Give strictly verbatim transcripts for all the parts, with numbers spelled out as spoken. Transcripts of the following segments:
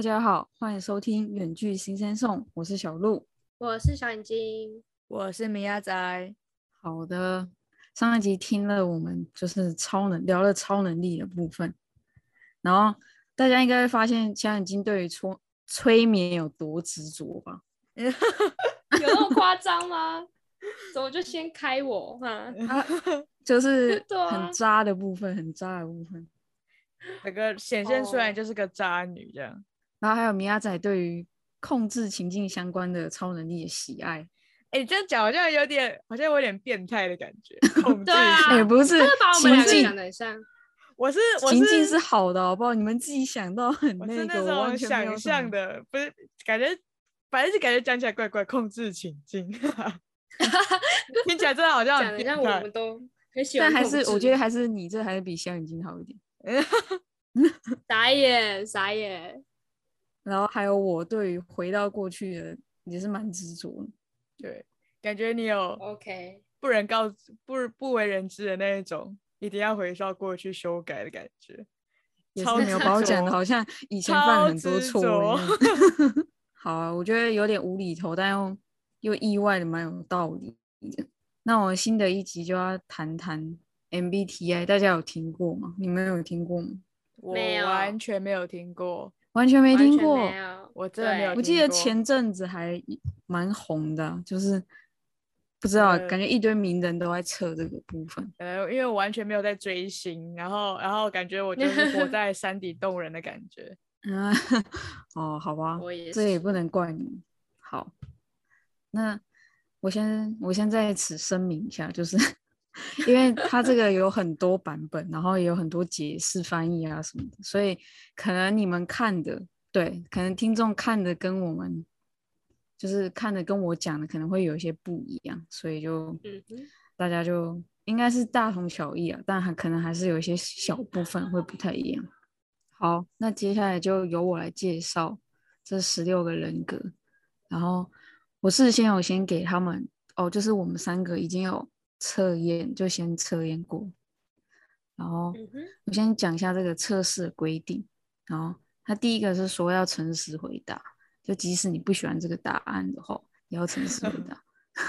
大家好，欢迎收听《远距新生颂》，我是小鹿， 我是小眼睛， 我是米亚仔。 好的，上一集听了我们就是超能聊了超能力的部分，然后大家应该会发现小眼睛对于催催眠有多执着吧？ 有那么夸张吗？怎么就先开我哈？ 啊，就是对啊很渣的部分，很渣的部分。 那个显现出来就是个渣女这样。 然后还有米亚仔对于控制情境相关的超能力的喜爱。 哎、欸，这样讲好像有点，好像有点变态的感觉。控制对啊， 也不是， 真的把我们两个情讲的很像。 我是我是情境是好的，好不好？你们自己想到很我那个， 是那种想象的，不是感觉，反正是感觉讲起来怪怪，控制情境，听起来真的好像很讲的变态。 像我们都很喜欢， 但还是我觉得还是你这还是比小眼睛好一点。 傻眼傻眼。 然后还有我对于回到过去的也是蛮执着的。 对，感觉你有 OK 不人告不不为人知的那一种，一定要回到过去修改的感觉。 也是没有把我讲的好像以前犯很多错一样。好啊，我觉得有点无厘头，但又又意外的蛮有道理的。那我新的一集就要谈谈 M B T I， 大家有听过吗？你们有听过吗？ 我完全没有听过， 完全没听过。 没有， 我真的没有听过。 我记得前阵子还蛮红的，就是不知道、呃、感觉一堆名人都在测这个部分。 呃，因为我完全没有在追星，然后然后感觉我就是活在山底洞人的感觉。 嗯，哦，好吧， 我也这也不能怪你。好，那我先我先在此声明一下，就是因为它这个有很多版本，然后也有很多解释翻译啊什么的，所以可能你们看的，对，可能听众看的跟我们就是看的跟我讲的可能会有一些不一样，所以就、嗯、大家就应该是大同小异啊，但还可能还是有一些小部分会不太一样。好，那接下来就由我来介绍这十六个人格。然后我事先有先给他们哦，就是我们三个已经有测验，就先测验过。然后我先讲一下这个测试的规定。然后他第一个是说要诚实回答，就即使你不喜欢这个答案的话，也要诚实回答。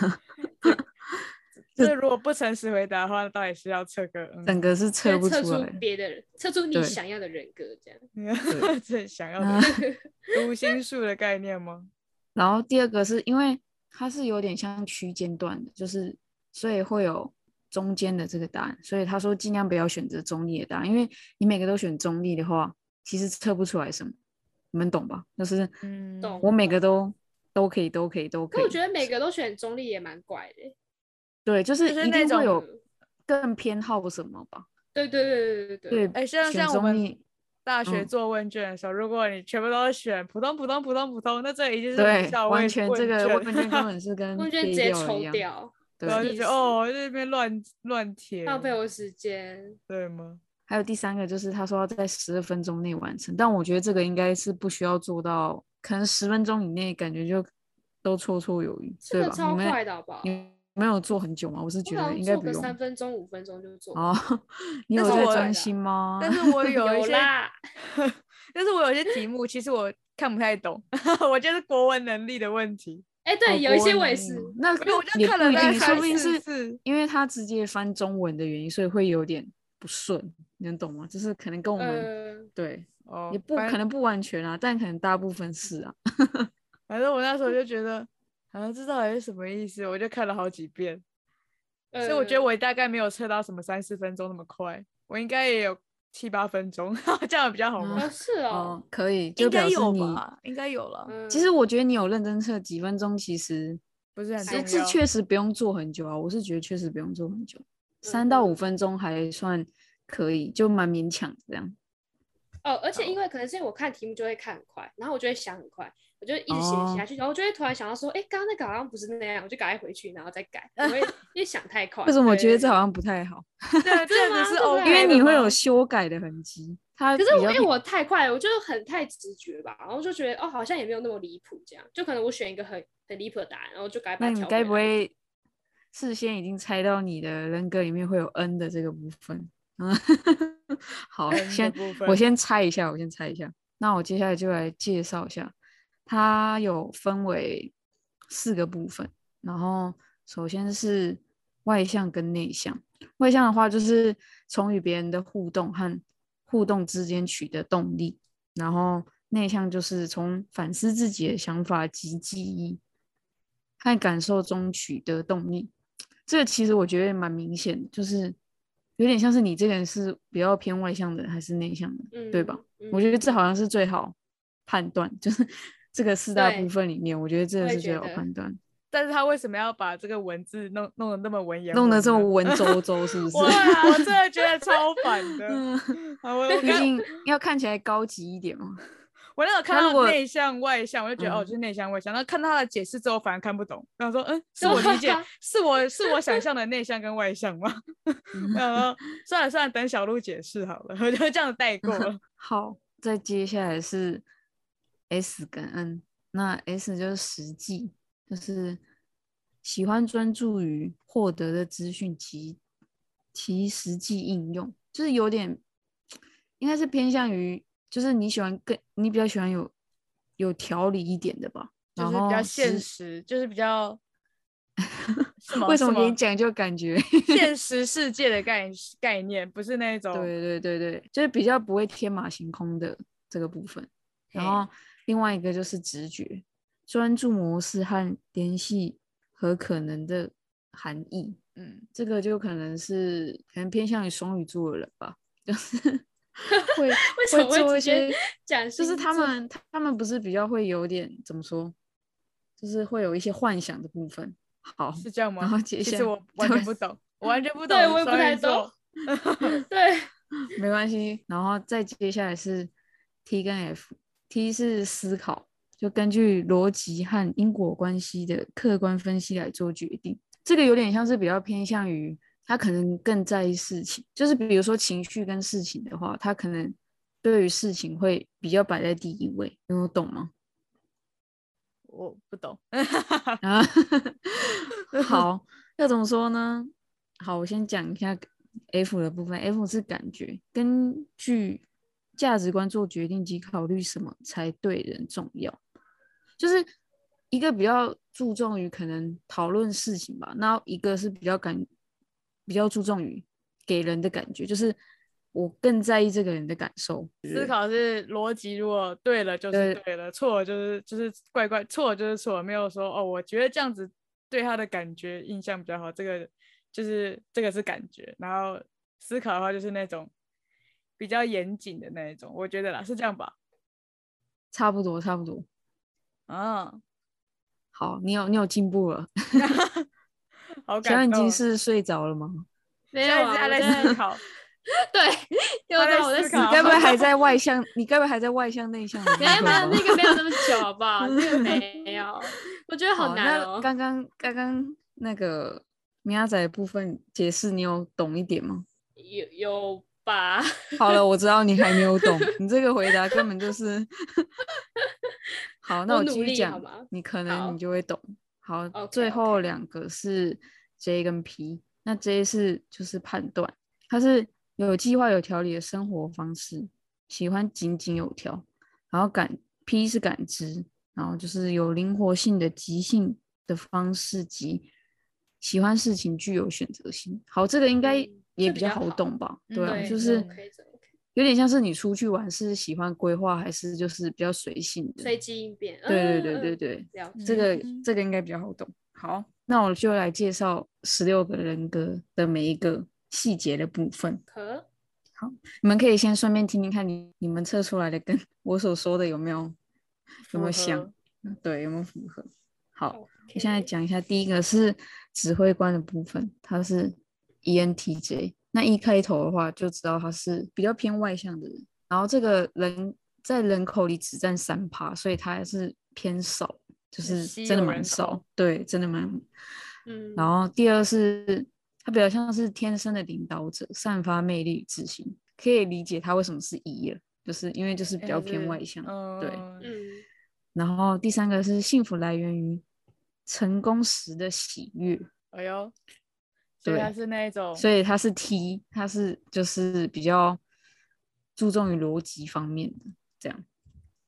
就如果不诚实回答的话，到底是要测个、嗯、 整个是测不出来， 测出别的人，测出你想要的人格，这样。对，想要的读心术的概念吗？ 然后第二个是因为它是有点像区间段的，就是所以会有中间的这个答案，所以他说尽量不要选择中立的答案，因为你每个都选中立的话，其实测不出来什么，你们懂吧？就是我每个都、嗯、都可以，都可以，都可以。 可我觉得每个都选中立也蛮怪的。 对，就是一定会有更偏好什么吧？ 对对对对对对。哎，像像我们大学做问卷的时候，嗯、如果你全部都选普通普通普通普通，那这已经是无效完全这个问卷根本是跟问卷直接抽掉， 对，就觉得哦，在那边乱乱填， 浪费我时间， 对吗？ 还有第三个就是他说要在十二分钟内完成，但我觉得这个应该是不需要做到，可能十分钟以内感觉就都绰绰有余， 这个超快的好不好？ 你们没有做很久吗？我是觉得应该不用， 三分钟五分钟就做。 哦，你有在专心吗？ 但是我有一些， 有啦但是我有一些题目其实我看不太懂，我觉得是国文能力的问题。 哎、欸，对、哦，有一些我也是， 那我就看了也不一定，说不定是是因为他直接翻中文的原因，所以会有点不顺，你能懂吗？就是可能跟我们、呃、对、哦，也不可能不完全啊，但可能大部分是啊。 反正我那时候就觉得，好像这到底是什么意思，我就看了好几遍，呃、所以我觉得我大概没有测到什么三四分钟那么快，我应该也有七八分钟，这样比较好吗？ 嗯、是哦, 哦，可以，就表示你应该有吧，应该有了、 嗯。其实我觉得你有认真测几分钟，其实不是很重要， 这确实不用做很久啊。我是觉得确实不用做很久，三、嗯、到五分钟还算可以，就蛮勉强这样。 哦，而且因为可能是因为我看题目就会看很快，然后我就会想很快，我就一直写下去，哦、然后我就会突然想到说，哎，刚刚那个好像不是那样，我就赶快回去，然后再改，我会因为想太快。 为什么我觉得这好像不太好？ 对，这样子是 OK 的， 因为你会有修改的痕迹。它可是我因为我太快了，我就很太直觉吧，然后就觉得哦，好像也没有那么离谱，这样就可能我选一个很很离谱的答案，然后就赶快把它调回来。 那你该不会事先已经猜到你的人格里面会有 N 的这个部分？嗯，好，先我先猜一下，我先猜一下。 那我接下来就来介绍一下，它有分为四个部分。然后首先是外向跟内向。外向的话，就是从与别人的互动和互动之间取得动力。然后内向就是从反思自己的想法及记忆和感受中取得动力。这个其实我觉得蛮明显的，就是有点像是你这个人是比较偏外向的还是内向的， 嗯、 对吧？ 嗯、 我觉得这好像是最好判断，就是这个四大部分里面，我觉得这个是最好判断。 但是他为什么要把这个文字弄弄得那么文言文， 弄得这么文绉绉，是不是？ 我我真的觉得超烦的。 嗯、毕竟要看起来高级一点嘛。 我那个看到内向外向，我就觉得、嗯、哦，就是内向外向。然后看到他的解释之后，反而看不懂。然后说，嗯，是我理解，是我是我想象的内向跟外向吗？然后算了算了，等小鹿解释好了，我就这样带过了。 好，再接下来是 S 跟 N。那 S 就是实际，就是喜欢专注于获得的资讯及其实际应用，就是有点应该是偏向于。就是你喜欢更，你比较喜欢有有条理一点的吧， 就是比较现实，就是比较为什么给你讲就感觉现实世界的概概念，不是那种对对对对，就是比较不会天马行空的这个部分。然后另外一个就是直觉、专注模式和联系和可能的含义。嗯，这个就可能是可能偏向于双鱼座的人吧，就是。会会做一些讲， 就是他们他们不是比较会有点怎么说，就是会有一些幻想的部分。好， 是这样吗？ 然后接下来其实我完全不懂，我完全不懂， 对我也不太懂。对， 没关系。然后再接下来是 T 跟 F，T 是思考，就根据逻辑和因果关系的客观分析来做决定。这个有点像是比较偏向于。他可能更在意事情，就是比如说情绪跟事情的话，他可能对于事情会比较摆在第一位，你有懂吗？ 我不懂。 啊，好，要怎么说呢？好，我先讲一下 F 的部分。F 是感觉，根据价值观做决定及考虑什么才对人重要，就是一个比较注重于可能讨论事情吧，那一个是比较感。比较注重于给人的感觉，就是我更在意这个人的感受。 思考是逻辑，如果对了就是对了，错了就是就是怪怪，错了就是错了，没有说哦，我觉得这样子对他的感觉印象比较好，这个就是这个是感觉。然后思考的话就是那种比较严谨的那一种，我觉得啦，是这样吧？ 差不多，差不多。 啊， 好，你有你有进步了。 好感动。 小眼睛是睡着了吗？ 没有啊， 他在思考。 对， 他在思考。 你该不会还在外向？你该不会还在外向内向？ 没有没有，那个没有那么久，好不好？那个没有，我觉得好难哦。 刚刚刚刚那个米亚仔的部分解释，你有懂一点吗？ 有有吧。 好了，我知道你还没有懂，你这个回答根本就是好，那我继续讲，你可能你就会懂。好， okay, 最后两个是 J 跟 P， 那 J 是就是判断，它是有计划有条理的生活方式，喜欢井井有条，然后感 P 是感知，然后就是有灵活性的即兴的方式及喜欢事情具有选择性。好，这个应该也比较好懂吧？ 嗯、 对啊， 对就是 okay, 有点像是你出去玩是喜欢规划还是就是比较随性的， 随机应变。 对对对对对， 嗯、 这个这个应该比较好懂。好，那我就来介绍十六个人格的每一个细节的部分。 可好，你们可以先顺便听听看你你们测出来的跟我所说的有没有有没有像？对，有没有符合？好， okay. 我现在讲一下，第一个是指挥官的部分，它是 E N T J。那一开头的话就知道他是比较偏外向的人，然后这个人在人口里只占三趴，所以他还是偏少，就是真的蛮少，对，真的蛮。嗯。然后第二是他比较像是天生的领导者，散发魅力与自信，可以理解他为什么是一了，就是因为就是比较偏外向，对。 嗯。 然后第三个是幸福来源于成功时的喜悦。 哎呦。所以他是那一种， 所以他是 T， 他是就是比较注重于逻辑方面的这样。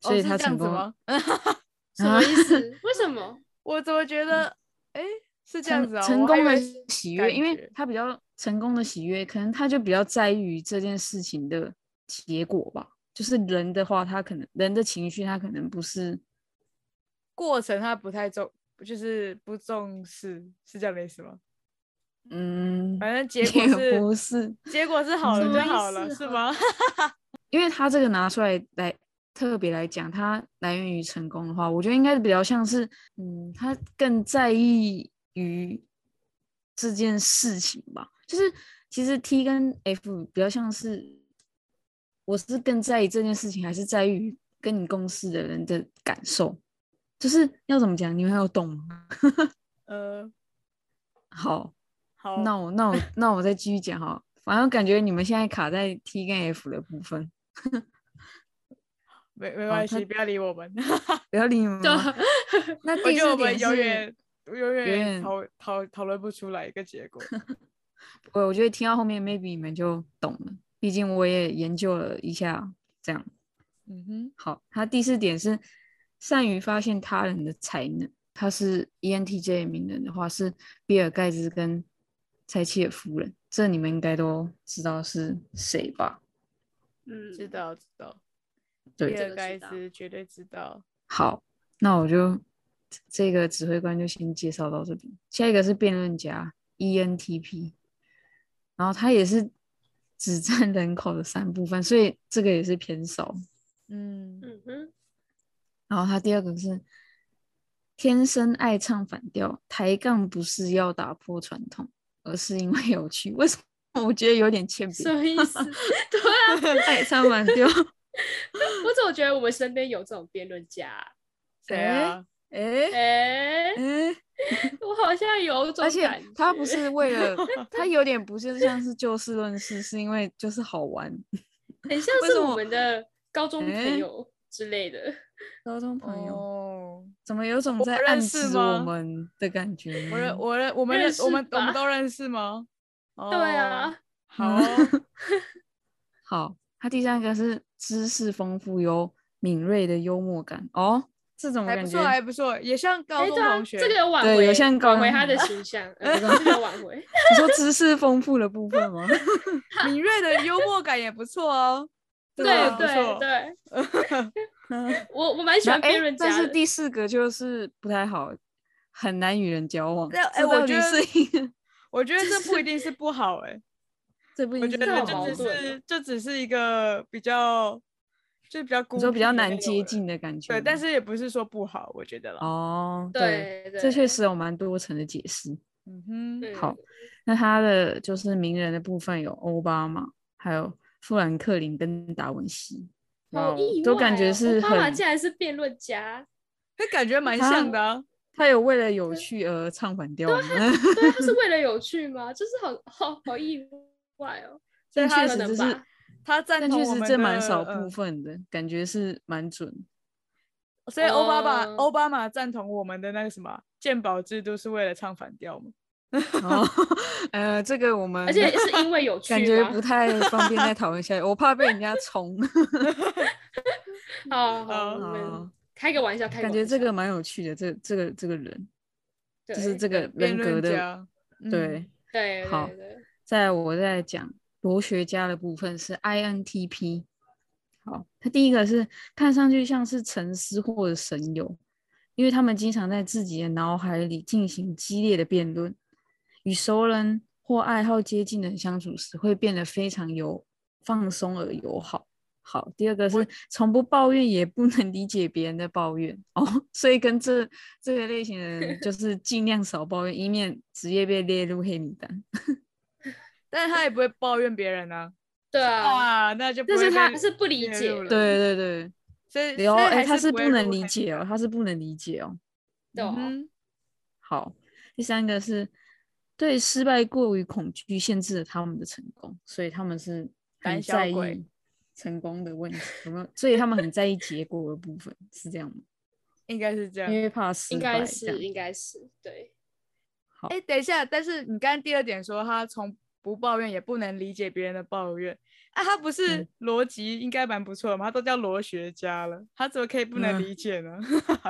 所以哦、是这样他成功。 子吗？ 什么意思？为什么？ 我怎么觉得，哎、是这样成子啊？ 成功的我还以为喜悦，因为感觉他比较成功的喜悦，可能他就比较在意于这件事情的结果吧。就是人的话，他可能人的情绪，他可能不是过程他不太重，就是不重视，是这样的意思吗？ 嗯， 反正结果也是不是， 结果是好了嗯就好了， 什么意思是吗？ 因为他这个拿出来来特别来讲，它来源于成功的话，我觉得应该是比较像是，嗯，他更在意于这件事情吧。就是其实 T 跟 F 比较像是，我是更在意这件事情，还是在于跟你共事的人的感受？就是要怎么讲，你们有懂吗？ 呃， 好， 好， 那我那我那我再继续讲哈。反正感觉你们现在卡在 T 跟 F 的部分。好， 没没关系， 他不要理我们。 不要理你们对吗？ 啊， 那我第四点觉得我们永是， 远永远永远讨讨讨论不出来一个结果。 我我觉得听到后面 maybe 你们就懂了，毕竟我也研究了一下，这样。 嗯哼， 好，他第四点是善于发现他人的才能，他是 E N T J 名人的话是比尔盖茨跟柴契尔夫人，这你们应该都知道是谁吧？ 嗯， 知道知道， 对比尔这个知道。 盖茨绝对知道。 好，那我就这个指挥官就先介绍到这边。下一个是辩论家 E N T P，然后他也是只占人口的三部分，所以这个也是偏少。 嗯， 嗯哼， 然后他第二个是天生爱唱反调，抬杠不是要打破传统，而是因为有趣。为什么？我觉得有点欠扁。 什么意思？对啊， 爱唱反调， 我怎么觉得我们身边有这种辩论家啊？ 谁啊？ 哎哎、 哎， 我好像有种而且感觉， 他不是为了，他有点不是像是就事论事，是因为就是好玩。 很像是我为什么？ 们的高中朋哎， 友之类的。 高中朋友哦， 怎么有种我在认识暗指我吗？ 们的感觉我认呢？ 我认我们认认我们识吧？ 我们都认识吗？ 对哦， 啊， 好哦， 好，他第三个是知识丰富有敏锐的幽默感哦，这种还不错， 感觉还不错，也像高哎，对啊， 中同学。 这个有挽对，有回像高中挽回他的同学。 形象，呃，这个有挽回。 你说知识丰富的部分吗？ 敏锐的幽默感也不错哦，这对个也不对错。 对，我我蛮喜欢辩然后哎，但是论家的。 第四个就是不太好，很难与人交往。 那哎， 这到底我觉得是一个？ 我觉得这不一定是不好哎， 这不一我觉定是不好得就只这好矛盾是就只是一个比较就比较你说比孤僻的较难接那种人。 近的感觉对，但吗？ 是也不是说不好，我觉得啦。 哦，对， 对对， 这确实有蛮多层的解释。 嗯哼， 嗯， 好，那他的就是名人的部分有奥巴马，还有富兰克林跟达文西，哇哦， 好意都感觉外哦，奥巴马是很竟然是辩论家。 他感觉蛮他像的啊。 他有为了有趣而唱反调吗？ 对啊，他是为了有趣吗？就是好好好意外哦。 但确所以他可能实这是吧， 他赞但确实同我们的， 这蛮少部嗯， 分的，感觉是蛮准。 所以奥巴马哦奥巴马赞同我们的那个什么健保制度是为了唱反调吗？ 哦，呃，这个我们而且是因为有趣感觉吗不太方便再讨论下去，我怕被人家冲。 好好， 好我们啊， 开个玩笑，开个感玩笑。 觉这个蛮有趣的，这这个这个人就是对这个辩人格的， 论家，嗯， 对。 对好， 对对， 再来我再讲罗学家的部分是 I N T P。好，他第一个是看上去像是沉思或者神游，因为他们经常在自己的脑海里进行激烈的辩论，与熟人或爱好接近的人相处时，会变得非常有放松而友好。好，第二个是从不抱怨，也不能理解别人的抱怨哦，所以跟这这个类型的人就是尽量少抱怨，以免职业被列入黑名单。 但是他也不会抱怨别人啊。 对啊， 啊，那就不但是会被他是不理解列入了。 对对对， 所以然后哎， 所以还他是不能是不会入理解哦， 黑名单。 他是不能理解哦。 对啊， 嗯哼， 好，第三个是对失败过于恐惧，限制了他们的成功，所以他们是胆很在小鬼意成功的问题，有没有？所以他们很在意结果的部分，是这样吗？ 应该是这样。 因为怕失应败， 该这样是应该是对。 好。 哎，等一下，但是你刚刚第二点说他从不抱怨也不能理解别人的抱怨， 啊，他不是嗯逻辑应该蛮不错的吗？他都叫逻学家了，他怎么可以不能嗯理解呢？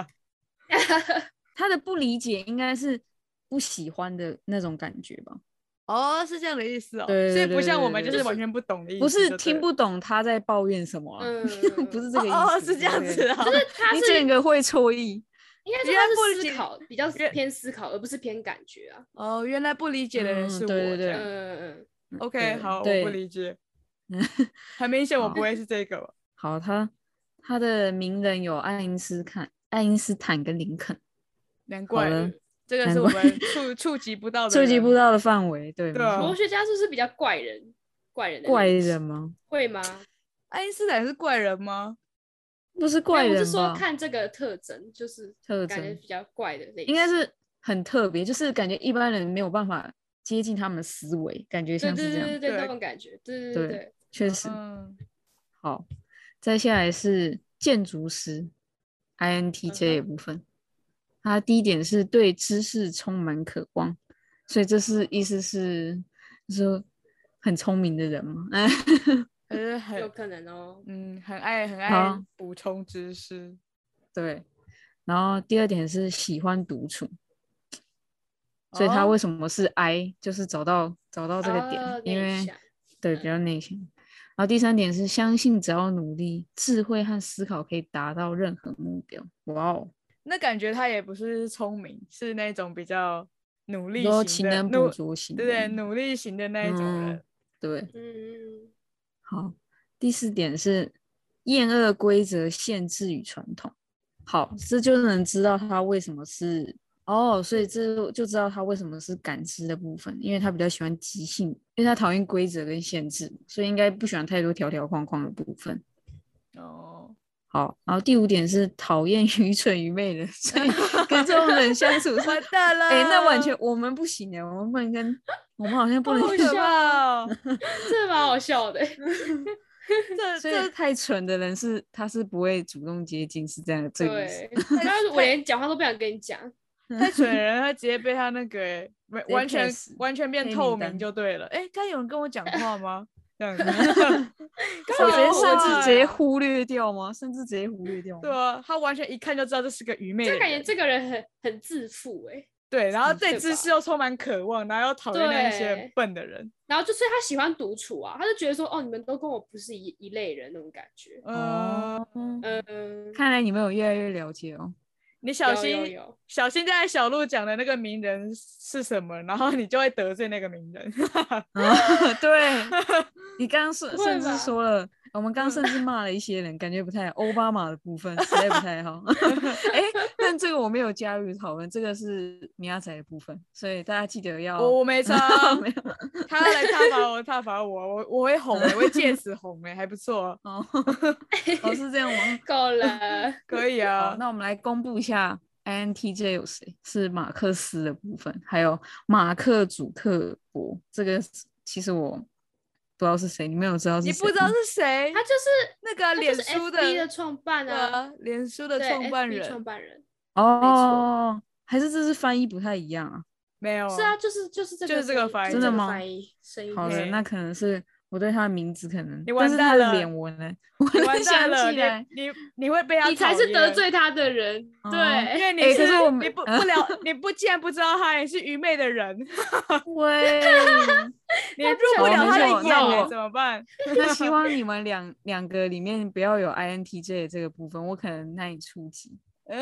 他的不理解应该是不喜欢的那种感觉吧？ 哦，是这样的意思哦，所以对对不像我对对对， 们就是完全不懂的意思， 不是就对了听不懂他在抱怨什么啊，不是嗯， 这个意思。 哦哦，是这样对对子啊， 就是他你是整个会错意。 应该说原来不他是思理解考比较原偏思考，而不是偏感觉啊。 哦，原来不理解的人嗯， 是对对对我这样。 嗯嗯嗯 OK， 对好，我不对， 理解，很明显我不会是这个吧。 好，他他的名人有爱因斯坦、爱因斯坦跟林肯。好难怪了， 这个是我难怪们触触及不到的触及不人。 到的范围，对，没对啊嗯， 错。 逻学家是不是比较怪人？怪人的怪类型人吗？ 会吗？ 爱因斯坦是怪人吗？ 不是没有， 怪我是说人吧？ 看这个特征，就是特征感觉比较怪的类型。 应该是很特别，就是感觉一般人没有办法接近他们的思维，感觉对像是这样。 对对对对， 对那种感觉。对对对， 对确实。 嗯好，再下来是建筑师嗯 I N T J 的哼部分。它第一点是对知识充满渴望，所以这是意思是就是说很聪明的人嘛。 还是很有可能哦。 嗯很爱很爱好， 补充知识。 对。然后第二点是喜欢独处，所以他哦为什么是 I， 就是找到找到这个点， 哦， 因为内向。 对比较内向。然后第三点是相信只要努力，智慧和思考可以达到任何目标。哇哦， 那感觉他也不是聪明，是那种比较努力说型勤能的努补拙型对对的， 努力型的那一种人。 嗯，对。 嗯， 好，第四点是厌恶规则、限制与传统。好，这就能知道他为什么是哦，所以这就知道他为什么是感知的部分，因为他比较喜欢即兴，因为他讨厌规则跟限制，所以应该不喜欢太多条条框框的部分。 哦， 好，然后第五点是讨厌愚蠢愚昧人，所以跟这种人相处是， 完蛋了！ 哎、欸，那完全我们不行哎，我们不能跟，我们好像不能跟， 好可怕哦！ 这蛮好笑的。 这所以这太蠢的人是他是不会主动接近，是这样的这个意思。 对，但是我连讲话都不想跟你讲。 太蠢的人，他直接被他那个欸完完全 pass 完全变黑透明名单就对了。哎，刚有人跟我讲话吗？这样子， 我直接甚至直接啊忽略掉吗？甚至直接忽略掉吗？ 对啊，他完全一看就知道这是个愚昧的就感觉人。 这个人很很自负哎、 对，然后对对吧知识又充满渴望，然后又讨厌那一些很对笨的人。 然后就所以他喜欢独处啊，他就觉得说哦，你们都跟我不是一一类人那种感觉。 嗯， 嗯， 看来你们有越来越了解哦。 你小有有心有， 小心在小鹿讲的那个名人是什么，然后你就会得罪那个名人。 啊，对，你刚刚说不会甚至吧说了，我们刚刚嗯甚至骂了一些人，感觉不太奥巴马的部分实在不太好。哎，但这个我没有加入讨论，这个是米亚仔的部分，所以大家记得要。 我我没差啊没有他要来挞伐我，挞伐我，我我会红哎、欸，我会借此红哎、欸，还不错。 哦，哦是这样吗？ 够了。 可以啊。 好，那我们来公布一下 I N T J 有谁？是马克思的部分，还有马克·祖克伯。这个其实我不知道是谁，你们有知道是谁吗？ 你不知道是谁？ 他就是那个脸书的 F B 的创办啊， 啊，脸书的对创办 F B 人创办人。 哦，还是这是翻译不太一样啊？ 没有？ 是啊，就是就是这个就是这个翻译就是这个真的吗翻译声音。 好的， 对那可能是我对他的名字可能， 你完但是他的蛋了脸我呢，我你完能想蛋了， 起来。 你你你会被他你才是讨厌得罪他的人。 哦因对， 为你欸是、 可是我们你不不了，你不既然不知道他也是愚昧的人， 喂， 你入不了他的眼、欸， 那我怎么办？ 那希望你们两两个里面不要有 I N T J 的这个部分，我可能难以出击。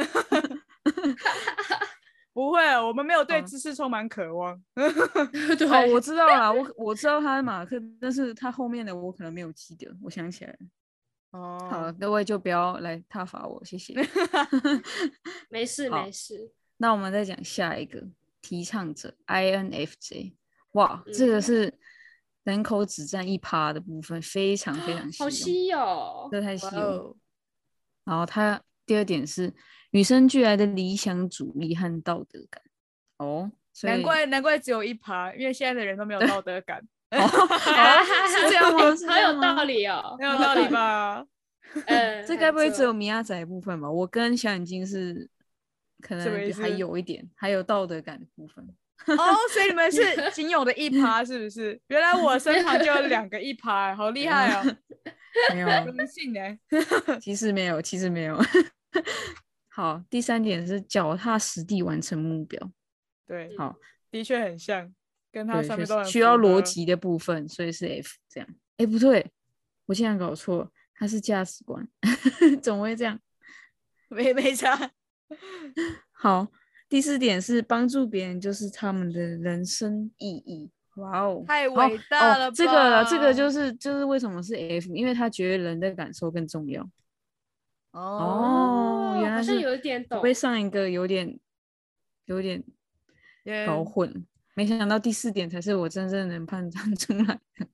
不会，我们没有对好知识充满渴望。 对， 哦，我知道啦，我我知道他是马克，但是他后面的我可能没有记得。我想起来了， 哦， 好，各位就不要来挞伐我，谢谢。 没事好没事。 那我们再讲下一个提倡者 I N F J， 哇，这个嗯是人口只占一趴的部分，非常非常稀有， 好稀有。 这太稀有了。 哇哦， 然后他第二点是与生俱来的理想主义和道德感。哦，所以难怪难怪只有一趴，因为现在的人都没有道德感， 哦哦是这样吗？是好有这样吗道理哦， 没有道理？吧？ 嗯， 这该不会只有还米亚仔的部分吧？我跟小眼睛是可什么意思能还有一点，还有道德感的部分。 哦，所以你们是仅有的一趴是不是？原来我身旁就有两个一趴，好厉害哦！ 没有， 荣幸哎， 其实没有，其实没有。好，第三点是脚踏实地完成目标。 对， 好， 的确很像，跟它对， 上面都很需要符合逻辑的部分，所以是 F 这样。哎，不对，我竟然搞错，它是价值观，怎么会这样？ 没没差。 好，第四点是帮助别人，就是他们的人生意义。哇哦， 太好伟大了吧！ 哦，这个这个就是就是为什么是 F， 因为他觉得人的感受更重要。哦，原好来是像有一点我被懂。 上一个有点有点搞也混，没想到第四点才是我真正能判断出来的。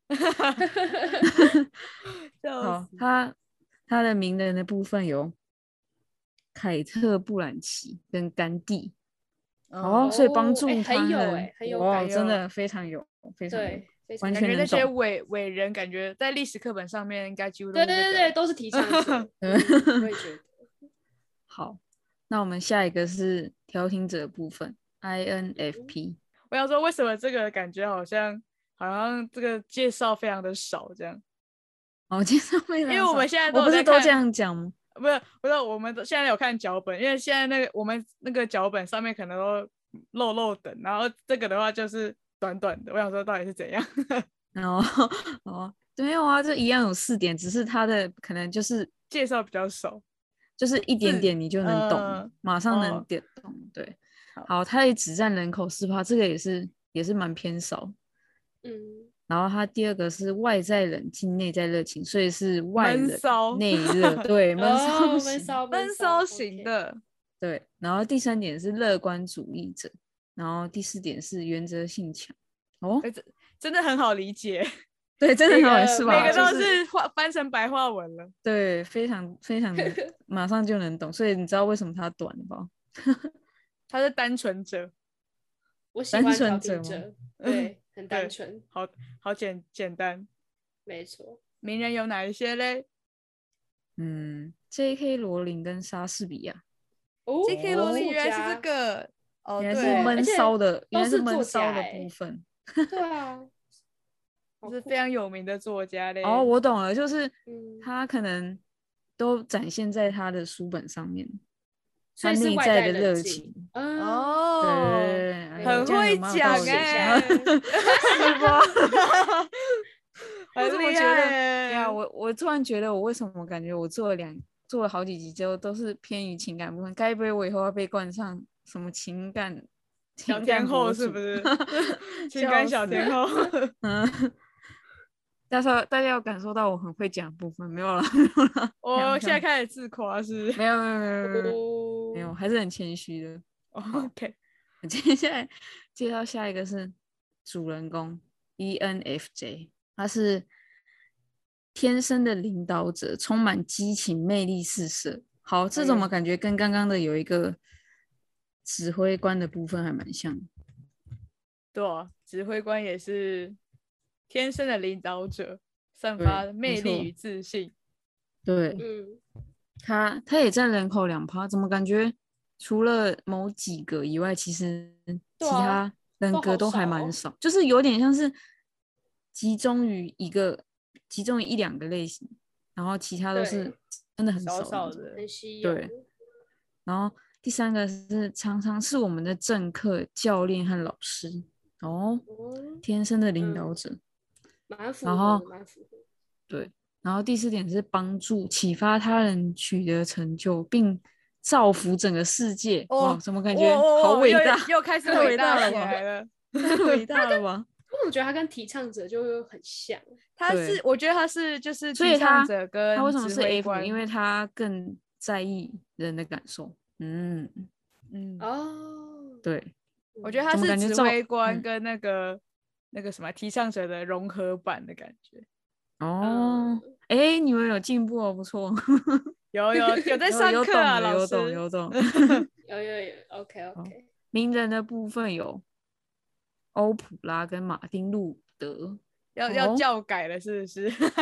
笑好， 死他他的名人的部分有凯特·布兰奇跟甘地。哦， 哦， 所以帮哦，哎， 助他很有人， 哎，很有哇， 感。 真的非常有，非常有， 对，非常完感觉那些全能懂。 伟伟人，感觉在历史课本上面应该几乎都对是这个。 对对对，都是提倡者。嗯，我也觉得。 好，那我们下一个是调停者部分 ，I N F P。 我想说，为什么这个感觉好像好像这个介绍非常的少这样？ 哦，介绍非常少， 因为我们现在都我有在看， 不是都这样讲吗？ 不是不是，我们都现在有看脚本，因为现在那个我们那个脚本上面可能都漏漏等，然后这个的话就是短短的。我想说到底是怎样？ 哦哦，没有啊，这一样有四点，只是它的可能就是介绍比较少， 就是一点字点你就能懂， 呃马上能哦点懂。对， 好好，它也只占人口四趴，这个也是也是蛮偏少。 嗯， 然后它第二个是外在冷静，内在热情，所以是外闷冷骚内热，对，闷骚哦，闷型， 骚闷骚骚型。的。 对。然后第三点是乐观主义者，然后第四点是原则性强。哦， 欸、真的很好理解， 对，真的每很好个是吧？ 每个都就是是画翻成白话文了。 对，非常非常的马上就能懂，所以你知道为什么它短吧？ 他是单纯者， 我喜单欢调纯者吗？ 停者，对，很单纯， 好好简简单。 没错。 名人有哪一些嘞嗯，J K 罗琳跟莎士比亚， 哦 ？J K 罗琳作原来是这家个，哦， 原来是对， 闷而且骚的，原来是都是作闷骚的家欸部分。 对啊，好酷是非常有名的作家嘞。 哦，我懂了，就是嗯， 他可能都展现在他的书本上面，他所以是内在的外在冷热情。 静。嗯， 哦， 对，哎很这样有会讲蛮有道理写下哎、 来是吧？我很厉怎么觉得害哎、 呀？我我突然觉得，我为什么感觉我做了两做了好几集之后都是偏于情感部分？该不会我以后要被冠上什么情感小情天后感博主？ 是不是？情感小天后。 嗯，大家大家有感受到我很会讲部分没有了？没有了。 我现在开始自夸是没有没有没有没有没有， 哦没有，还是很谦虚的。好 ？OK， 接下来介绍下一个是主人公 E N F J， 他是天生的领导者，充满激情，魅力四射。好，这怎么感觉跟刚刚的有一个指挥官的部分还蛮像？ 对啊，指挥官也是天生的领导者，散发对魅力没错与自信。 对， 嗯， 他他也占人口两趴，怎么感觉除了某几个以外，其实其对啊他人都好格都还少哦蛮少，就是有点像是集中于一个集中于一两个类型，然后其他都是对真的很少少那种。 少的， 很稀有。 对，然后第三个是常常是我们的政客、教练和老师哦， 哦， 天生的领导嗯者。 蛮符然后合的，蛮符合的。 对，然后第四点是帮助、启发他人取得成就，并造福整个世界。哇， 哦， 怎么感觉哦哦又好伟大？ 又开始太伟大大起了吧？ 来了。 太伟大了吧？ 我怎么觉得他跟提倡者就很像？ 他对是，我觉得他是就是所以提倡他者跟他为什么是指挥 F？ 官， 因为他更在意人的感受。嗯， 嗯， 哦， 对， 我觉得他怎么是指感觉照挥官嗯跟那个、那个什么提倡者的融合版的感觉。 哦， 嗯， 哎，你们有进步哦，不错， 有有有在有有上课啊， 懂了，有老师。 懂有懂。 有有有，OK 好 OK。 名人的部分有欧普拉跟马丁路德。 要要哦教改了是不是？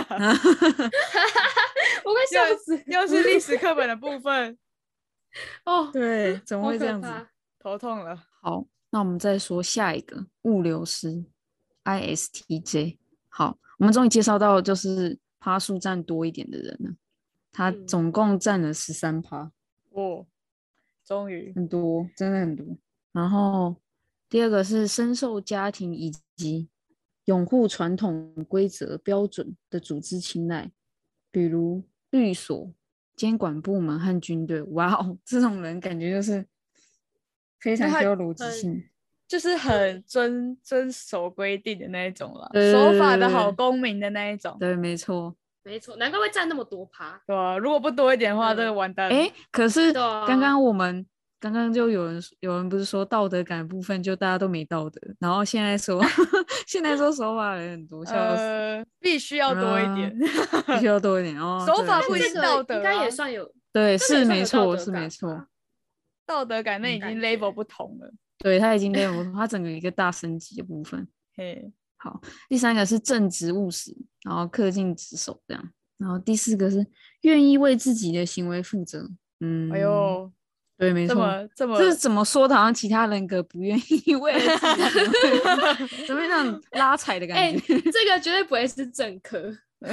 我快笑死！ 又是历史课本的部分， 哦， 对，怎么好会这样子？ 可怕。 头痛了。 好， 那我们再说下一个物流师 I S T J。好，我们终于介绍到就是趴数占多一点的人了，他总共占了十三趴。 哦，终于很多，真的很多。然后第二个是深受家庭以及拥护传统规则标准的组织青睐，比如律所、监管部门和军队。哇哦，这种人感觉就是非常需要逻辑性， 就是很遵遵守规定的那一种啦， 对守法的好公民的那一种。 对，没错， 没错，难怪会占那么多趴。 对啊，如果不多一点的话， 嗯这个完蛋了。 哎，可是对啊刚刚我们刚刚就有人有人不是说道德感的部分就大家都没道德，然后现在说现在说守法的人很多，笑死。 呃，必须要多一点， 必须要多一点哦。 守法不一这定道德、啊， 个应该也算有， 对， 这个也算是没错， 有道德感是没错吧。 道德感那已经感 level 觉不同了。 对，他已经 level，他整个一个大升级的部分。 嘿， 好，第三个是正直务实，然后恪尽职守这样。然后第四个是愿意为自己的行为负责。嗯， 哎呦， 对，没这错。 么这么， 这是怎么说的？好像其他人格不愿意为了自己的行为负责，怎么有那种拉踩的感哎、 觉？ 这个绝对不会是政科，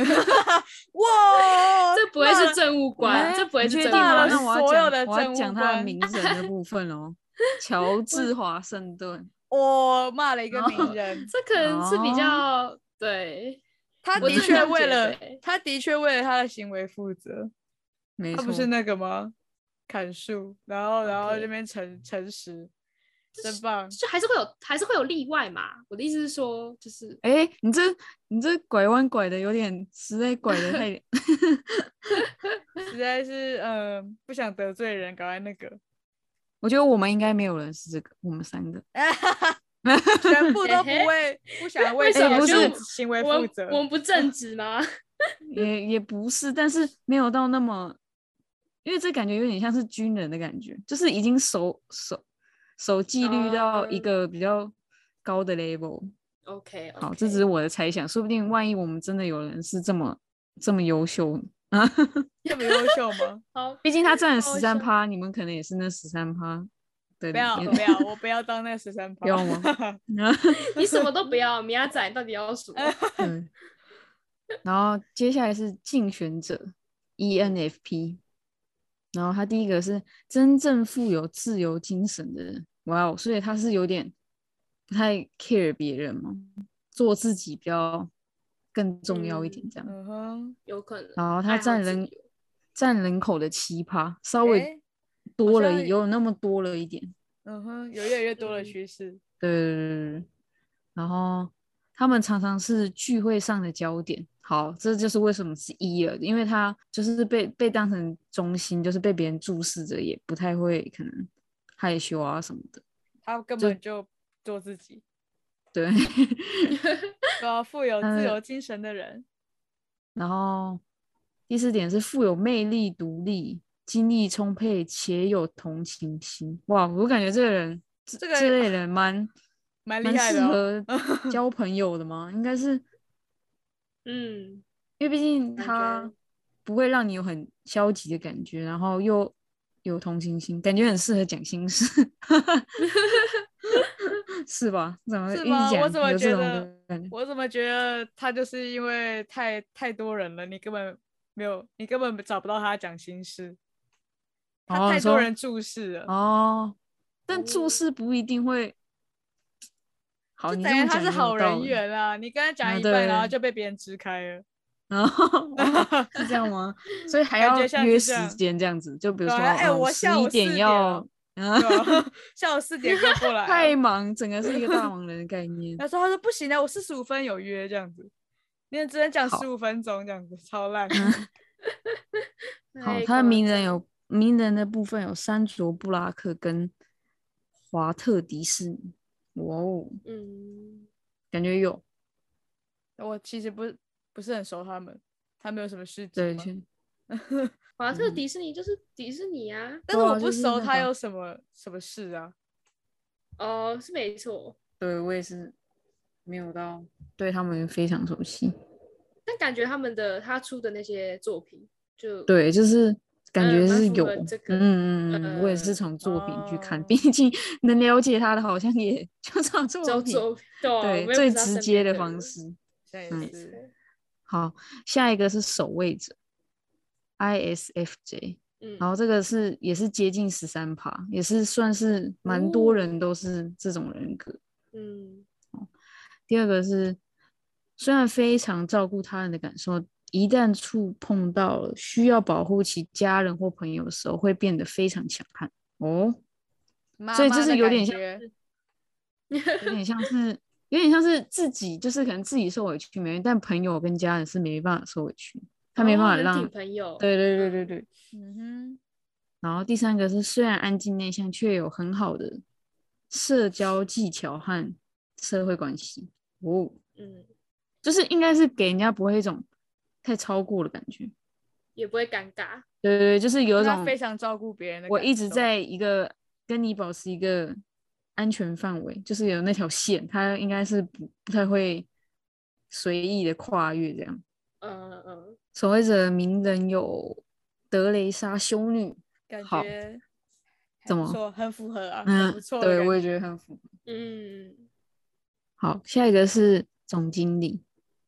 哇， 这不会是政务官， 哎这不会你是政务确定吗？ 骂了官。 那我要所有讲，我要的政务讲他的官名人的部分哦。乔治华盛顿。 我骂了一个哦名人， 这可能是比哦较、对， 他的我真的这样确为了觉得欸他的确为了他的行为负责， 没错， 他不是那个吗？砍树，然后然后 OK 这边诚诚实，真棒。 就还是会有，还是会有例外嘛。我的意思是说，就是哎，你这你这拐弯拐的有点，实在拐的太实在是呃不想得罪人，赶快那个， 我觉得我们应该没有人是这个，我们三个。 全部都不嘿嘿为不想为为自己的什么不是行行为我们负责。 我们不正直吗？ 也也不是，但是没有到那么，因为这感觉有点像是军人的感觉，就是已经守守守纪律到一嗯个比较高的 level。 OK，, okay. 好，这只是我的猜想，说不定万一我们真的有人是这么这么优秀这么优秀吗？ 好， 毕竟他占了好十三笑趴，你们可能也是那十三趴的不要里面不要，我不要当那十三趴。 要吗？ 你什么都不要，米亚仔到底要什么？ 对，然后接下来是竞选者 E N F P， 然后他第一个是真正富有自由精神的人，哇哦，所以他是有点不太 care 别人嘛，做自己比较更重要一点这样。 嗯哼， 有可能。 然后他爱好自占人由占人口的七趴，稍微诶多了好像有那么多了一点。 嗯哼，有越来越多的嗯趋势。 对，然后他们常常是聚会上的焦点。好，这就是为什么是一了，因为他就是被被当成中心，就是被别人注视着，也不太会可能害羞啊什么的。 他根就本就做自己， 对， 对啊，富有呃自由精神的人。 然后第四点是富有魅力、独立、精力充沛且有同情心。哇，我感觉这个人这这个这类人蛮蛮蛮适厉害的哦。 合交朋友的吗？应该是， 嗯， 因为毕竟感他觉不会让你有很消极的感觉，然后又有同情心，感觉很适合讲心事，是吧？怎么一是吗？ 讲我怎么有这种觉得？ 感觉？ 我怎么觉得他就是因为太太多人了，你根本没有，你根本找不到他讲心事，他哦， 太你说多人注视了， 哦，但注哦视不一定会好。 就等于他你这么讲是好人也有道理缘啊。你跟他讲啊， 一半，然后对， 就被别人支开了， 然后哦是这样吗？所以还要感觉像约时是这样。 间这样子，就比如对啊， 说， 哎、 嗯， 我十一下午四点要了，，对啊，下午四点给我过来、 太啊。 忙，整个是一个大忙人的概念。 他说他说不行啊，我四十五分有约这样子，你只能讲好十五分钟这样子，超烂。 好， 太他的夸张名人有名人的部分有山卓布拉克跟华特迪士尼。哇哦， 嗯， 感觉有我其实不不是很熟他们，他们有什么事迹对， 吗？ 去华特嗯迪士尼就是迪士尼啊。 但是我不对啊就是那个熟他有什么什么事啊。 哦，是没错， 对我也是没有到对他们非常熟悉。 但感觉他们的他出的那些作品就对，就是感觉是有， 嗯这个、 嗯嗯嗯，我也是从作品去看，毕竟能了解他的，好像也就从作品， 对， 对，最直接的方式。 嗯， 好，下一个是守卫者 ，I S F J，、嗯、然后这个是也是接近十三趴，也是算是蛮多人都是这种人格。嗯、哦，第二个是虽然非常照顾他人的感受。一旦触碰到了需要保护其家人或朋友的时候，会变得非常强悍哦。所以这是有点像是，有点像是，有点像是自己，就是可能自己受委屈没，但朋友跟家人是没办法受委屈，他没办法让、 哦、朋友。 对对对对对， 嗯哼。 然后第三个是，虽然安静内向，却有很好的社交技巧和社会关系哦。嗯，就是应该是给人家不会一种。太超过的感觉， 也不会尴尬。 对对对，就是有一种非常照顾别人的感觉。我一直在一个跟你保持一个安全范围，就是有那条线，他应该是不不太会随意的跨越这样。嗯嗯。守卫者名人有德雷莎修女， 感觉怎么很符合啊？ 嗯， 很不错。 对，我也觉得很符合。嗯。好，下一个是总经理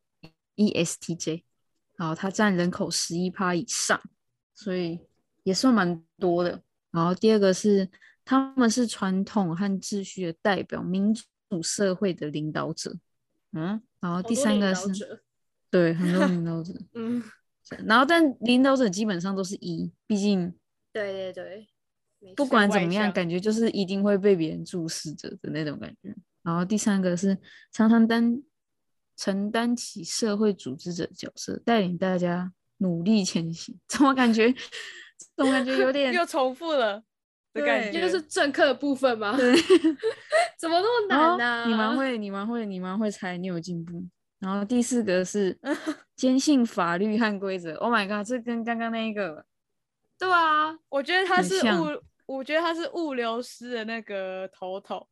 E S T J。然后他占人口 百分之十一 以上，所以也算蛮多的。然后第二个是他们是传统和秩序的代表，民主社会的领导者。嗯，然后第三个是对很多领导者。嗯，然后但领导者基本上都是一，毕竟对对对， 不管怎么样，感觉就是一定会被别人注视着的那种感觉。然后第三个是常常担承担起社会组织者的角色，带领大家努力前行。怎么感觉？怎么感觉有点又重复了的感觉？ 就是政客的部分吗？ 对， 怎么那么难呢、啊哦？你蛮会，你蛮会，你蛮会猜，你有进步。然后第四个是坚信法律和规则。Oh my god， 这跟刚刚那一个， 对啊， 我觉得他是物，我觉得他是物流师的那个头头。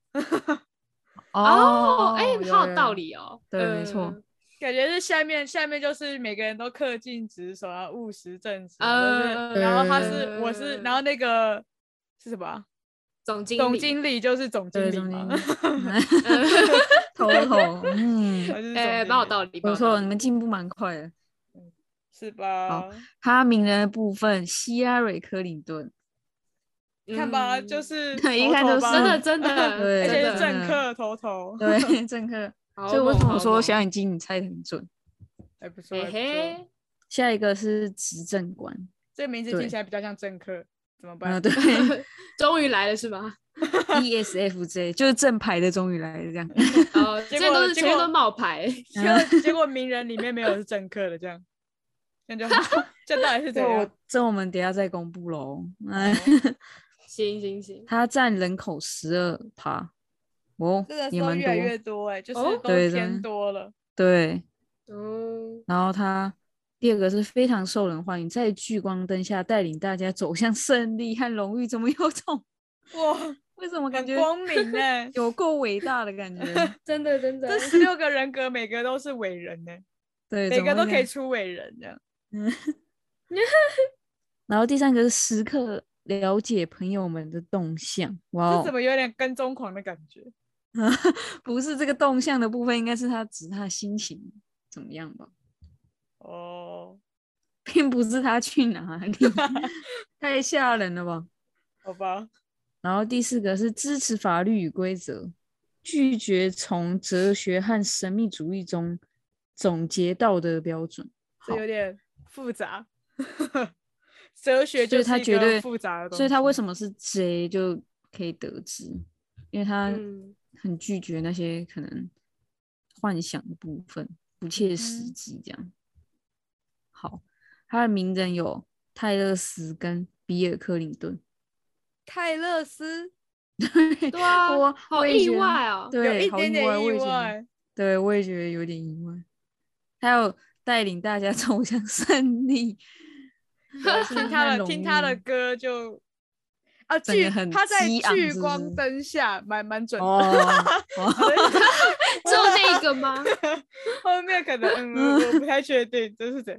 哦，哎、欸，好有道理哦。 对，呃、没错， 感觉是下面下面就是每个人都恪尽职守啊，务实正直。呃，然后他是、呃、我是，然后那个是什么？ 总经理。 总经理就是总经理嘛。 头头，嗯， 哎、欸，蛮有道理， 不错，你们进步蛮快的， 是吧？ 好，他名人的部分，希拉蕊·克林顿。 你看吧，嗯、就是一看就是真的真的， 对， 而且是政客头头， 对，政客。所以为什么说小眼睛你猜得很准？ 还不错，还不错。 下一个是执政官， 这个名字听起来比较像政客，怎么办？ 嗯、对， 终于来了是吗 ？E S F J 就是正牌的，终于来了这样。 哦，结果都是前面都冒牌， 结果结果名人里面没有是政客的这样。那就这到底是怎样？ 这我们等一下再公布喽。 行行行， 他占人口 百分之十二 哦， 这个时候越来越多哎、欸，就是都偏多了。 对，嗯，然后他第二个是非常受人欢迎，在聚光灯下带领大家走向胜利和荣誉，怎么有种哇？ 为什么感觉光明哎、欸， 有够伟大的感觉？ 真的真的， 这十六个人格每个都是伟人哎、欸， 对， 每个都可以出伟人这样。 嗯，然后第三个是时刻了解朋友们的动向，哇， 这怎么有点跟踪狂的感觉？ 不是这个动向的部分，应该是他指他的心情怎么样吧？ 哦， 并不是他去哪里，太吓人了吧？ 好吧。 然后第四个是支持法律与规则，拒绝从哲学和神秘主义中总结道德标准。 这有点复杂。哲学就是一个复杂的东西， 所以他为什么是 J 就可以得知，因为他很拒绝那些可能幻想的部分，不切实际这样。嗯、好，他的名人有泰勒斯跟比尔·克林顿。 泰勒斯， 对啊， 我好意外哦， 对， 有一点点意外， 外对我也觉得有点意外。还有带领大家走向胜利。 听他的听他的歌就啊，聚他在聚光灯下蛮蛮准的， 哦哦、 只有这一个吗？ 后面可能嗯，我不太确定这是怎样。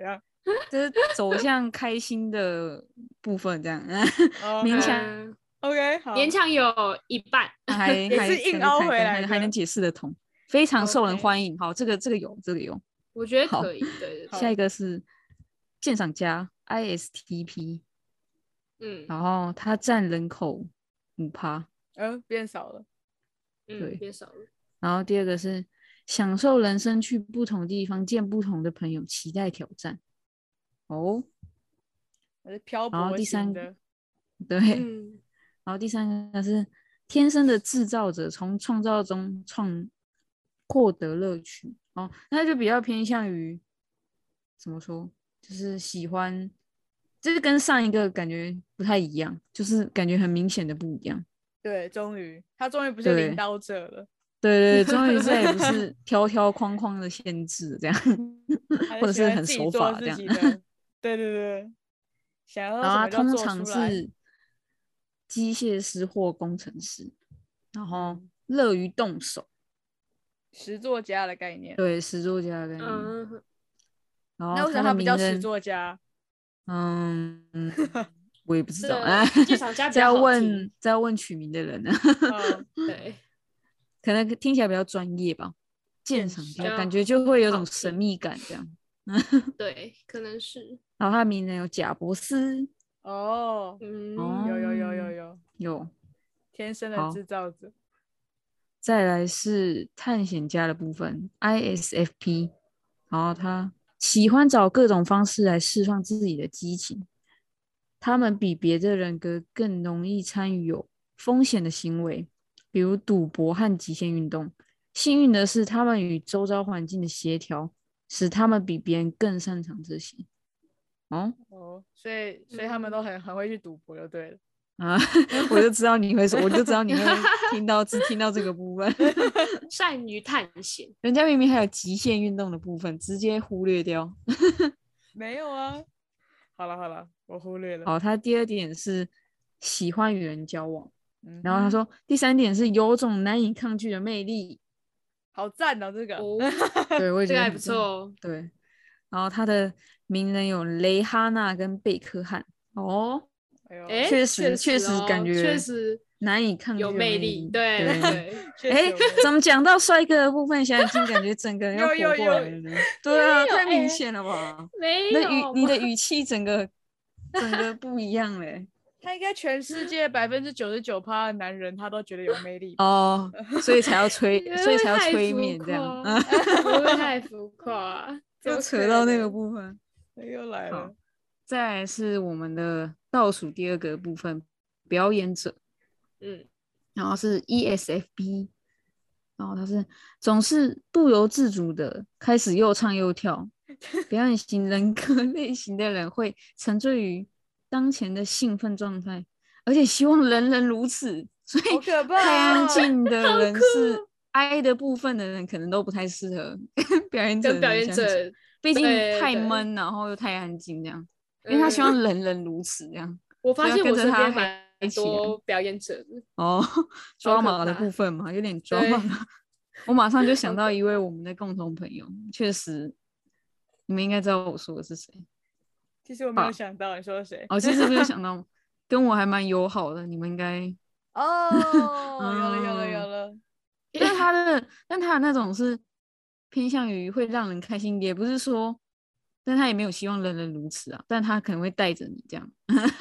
就是走向开心的部分，这样哦勉强嗯 OK 好， 勉强有一半。 还也还是硬凹感觉还回来的还还能解释得通，非常受人 OK 欢迎。好，这个这个有，这个有。 我觉得好可以，对对好下对， 一个是鉴赏家 I S T P， 嗯然后它占人口五趴， 呃变少了， 嗯， 对变少了。 然后第二个是享受人生，去不同地方见不同的朋友，期待挑战。哦， 我是漂然后泊第三个型的， 对， 嗯， 然后第三个是天生的制造者，从创造中创获得乐趣。哦，那就比较偏向于怎么说，就是喜欢，就是跟上一个感觉不太一样，就是感觉很明显的不一样。 对，终于他终于不是对领导者了， 对对，终于再也不是条条框框的限制这样， 他或者就喜欢自己是很守做自法这样。 己的，对对对，想要然后他什么就做通常出来， 是机械师或工程师，然后嗯乐于动手， 实作家的概念。 对，实作家的概念。 嗯， 然后他的那为什么他不叫实名人， 作家？ 嗯，我也不知这道，哎， 个鉴赏家比这要较好听。 问这要问取名的人呢， 嗯， 对， 可能听起来比较专业吧。鉴鉴赏赏家感觉就会有种好听神秘感这样。 对，可能是。 然后他的名人有贾伯斯， 哦， 嗯， 有有有哦有有， 有。 天生的好， 制造者。 再来是探险家的部分 I S F P， 然后他喜欢找各种方式来释放自己的激情，他们比别的人格更容易参与有风险的行为，比如赌博和极限运动。幸运的是，他们与周遭环境的协调使他们比别人更擅长这些。哦哦，所以所以他们都很很会去赌博，就对了。 啊，我就知道你会说，我就知道你会听到只听到这个部分。 善于探险。 人家明明还有极限运动的部分，直接忽略掉。 没有啊，好了好了，我忽略了。 好，他第二点是喜欢与人交往， 嗯哼， 然后他说第三点是有种难以抗拒的魅力。 好赞哦，这个。 哦， 对，我也觉得这个还不很赞错哦。 对，然后他的名人有雷哈娜跟贝克汉。哦， 哎呦， 哎， 确实确实哦感觉确实难以抗拒有魅的魅力。对对， 对， 哎， 确实有魅力怎么讲到帅哥的部分，小眼睛感觉整个人又有有活过来了有呢？对啊， 没有太明哎显了吧？ 没你的语有， 你的语气整个整个不一样嘞。 他应该全世界百分之九十九趴的男人，他都觉得有魅力吧。 哦，所以才要催你，会所以才要太催浮眠这样， 夸啊， 会不会太浮夸？怎就么可扯到那个能部分。 又来好了， 再来是我们的倒数第二个部分，表演者， 嗯， 然后是 E S F P， 然后他是总是不由自主的开始又唱又跳。表演型人格类型的人会沉醉于当前的兴奋状态，而且希望人人如此。所以好可怕哦太安静的人是 I 的部分的人，可能都不太适合跟表演者跟表演的人相处， 者， 毕竟太对对闷，然后又太安静这样。因为他希望嗯， 人人如此这样， 我所以要发现我身跟着他嗨边蛮起来。 多表演者的， 哦， 好抓可马的怕部分嘛，有点抓对马。我马上就想好可到一位我们的共同朋友，确实，你们应该知道我说的是谁。 其实我没有好想到你说的谁。 哦，其实没有想到，跟我还蛮友好的，你们应该。 哦，有了有了有嗯了， 但他的，但他的那种是偏向于会让人开心，也不是说，但他也没有希望人人如此啊，但他可能会带着你这样，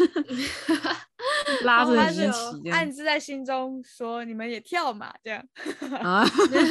拉着好你一他是有起这样暗自在心中说你们也跳嘛，这样。 啊。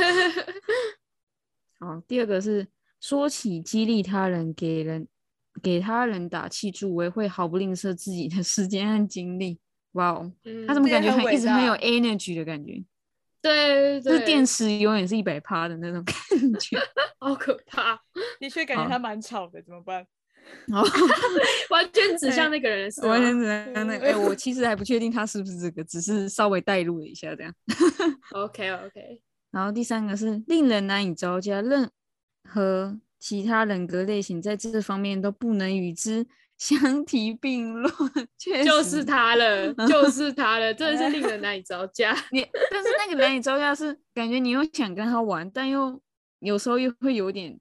好，第二个是说起激励他人，给人给他人打气助威，会毫不吝啬自己的时间和精力。哇哦，他怎嗯， 么感觉这也很伟很一直很有大 energy 的感觉， 对对就是电对， 池永远是一百趴的那种感觉。 好可怕， 的确感觉好他蛮吵的，怎么办？ 然后完全指向那个人是吗？ 完全只能那个，哎、我其实还不确定他是不是这个，只是稍微带入了一下这样。 OK OK， 然后第三个是令人难以招架，任何其他人格类型在这方面都不能与之相提并论。确实就是他了，就是他了，真的是令人难以招架。 你，但是那个难以招架是感觉你又想跟他玩，但又有时候又会有点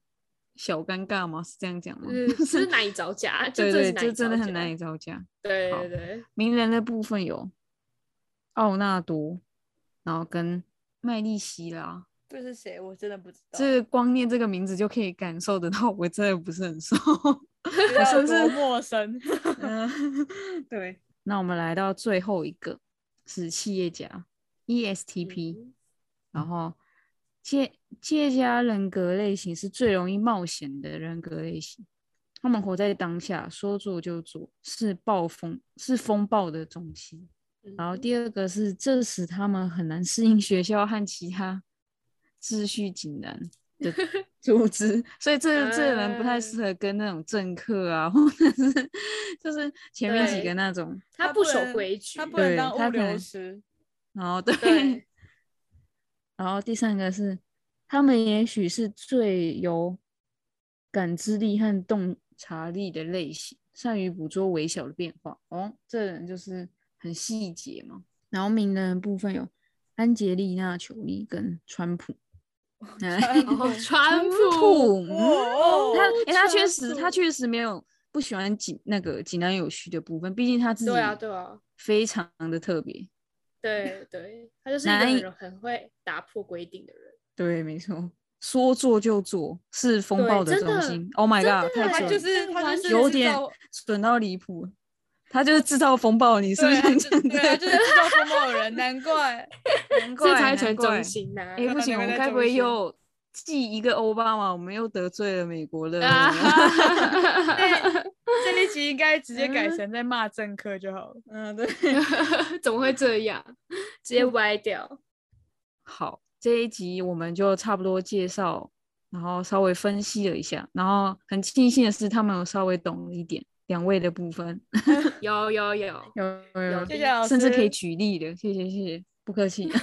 小尴尬吗？是这样讲吗？ 嗯，就是难以招架，就对对， 真的是难以就真的招架很难以招架。 对好对对， 名人的部分有奥纳多，然后跟麦莉希拉。 这是谁？我真的不知道。 这光念这个名字就可以感受得到，我真的不是很熟， 知道多我甚至陌生。 嗯，对。那我们来到最后一个是企业家 E S T P，、 嗯、 然后企企业家人格类型是最容易冒险的人格类型，他们活在当下，说做就做，是暴风是风暴的中心。然后第二个是，这使他们很难适应学校和其他秩序井然的组织，所以这这个人不太适合跟那种政客啊，或者是就是前面几个那种， 他不守规矩， 他不能当物流师。 然后对， 对然后第三个是，他们也许是最有感知力和洞察力的类型，善于捕捉微小的变化。哦，这人就是很细节嘛。然后名人的部分有安吉丽娜·裘丽跟川普。 哦，川普， 普， 哦、他、欸、他确实， 川普他确实没有不喜欢井那个井然有序的部分，毕竟他自己对啊对啊， 非常的特别。 对对，他就是一个很很会打破规定的人。 对，没错，说做就做，是风暴的中心。Oh my god， 太准， 他就是他就是有点准到离谱。他就是制造风暴，你是不是想讲？ 对，他就是制造风暴的人，难怪， 难怪， 这才成中心呐！ 哎，不行，我们该不会又继一个奥巴马，我们又得罪了美国了？ 这一集应该直接改成在骂政客就好了。 嗯，对， 怎么会这样？直接歪掉。 好，这一集我们就差不多介绍，然后稍微分析了一下，然后很庆幸的是，他们有稍微懂了一点。两位的部分有有有有有有， 谢谢老师， 甚至可以举例的，谢谢谢谢，不客气。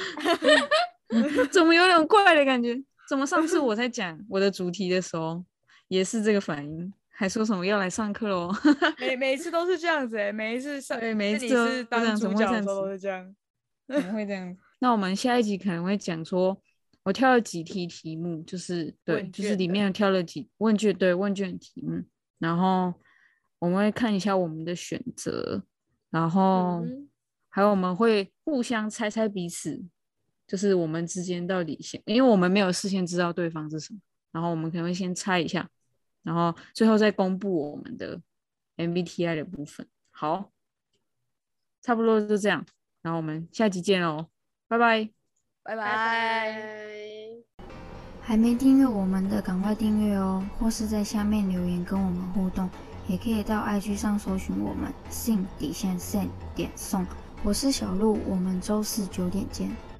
怎么有点怪的感觉？怎么上次我在讲我的主题的时候也是这个反应，还说什么要来上课咯？ 每每一次都是这样子哎、欸，每一次上对每一次你是当主角的时候都是这样， 怎么会这样？那我们下一集可能会讲说，我挑了几题题目，就是对，就是里面挑了几问卷，对问卷题目，然后。我们会看一下我们的选择，然后还有我们会互相猜猜彼此，就是我们之间到底先，因为我们没有事先知道对方是什么，然后我们可能会先猜一下，然后最后再公布我们的 M B T I 的部分。好，差不多就这样，然后我们下集见喽，拜拜， 拜拜。 还没订阅我们的，赶快订阅哦，或是在下面留言跟我们互动。也可以到 I G 上搜寻我们 sing 底线 sen 点送，我是小鹿，我们周四九点见。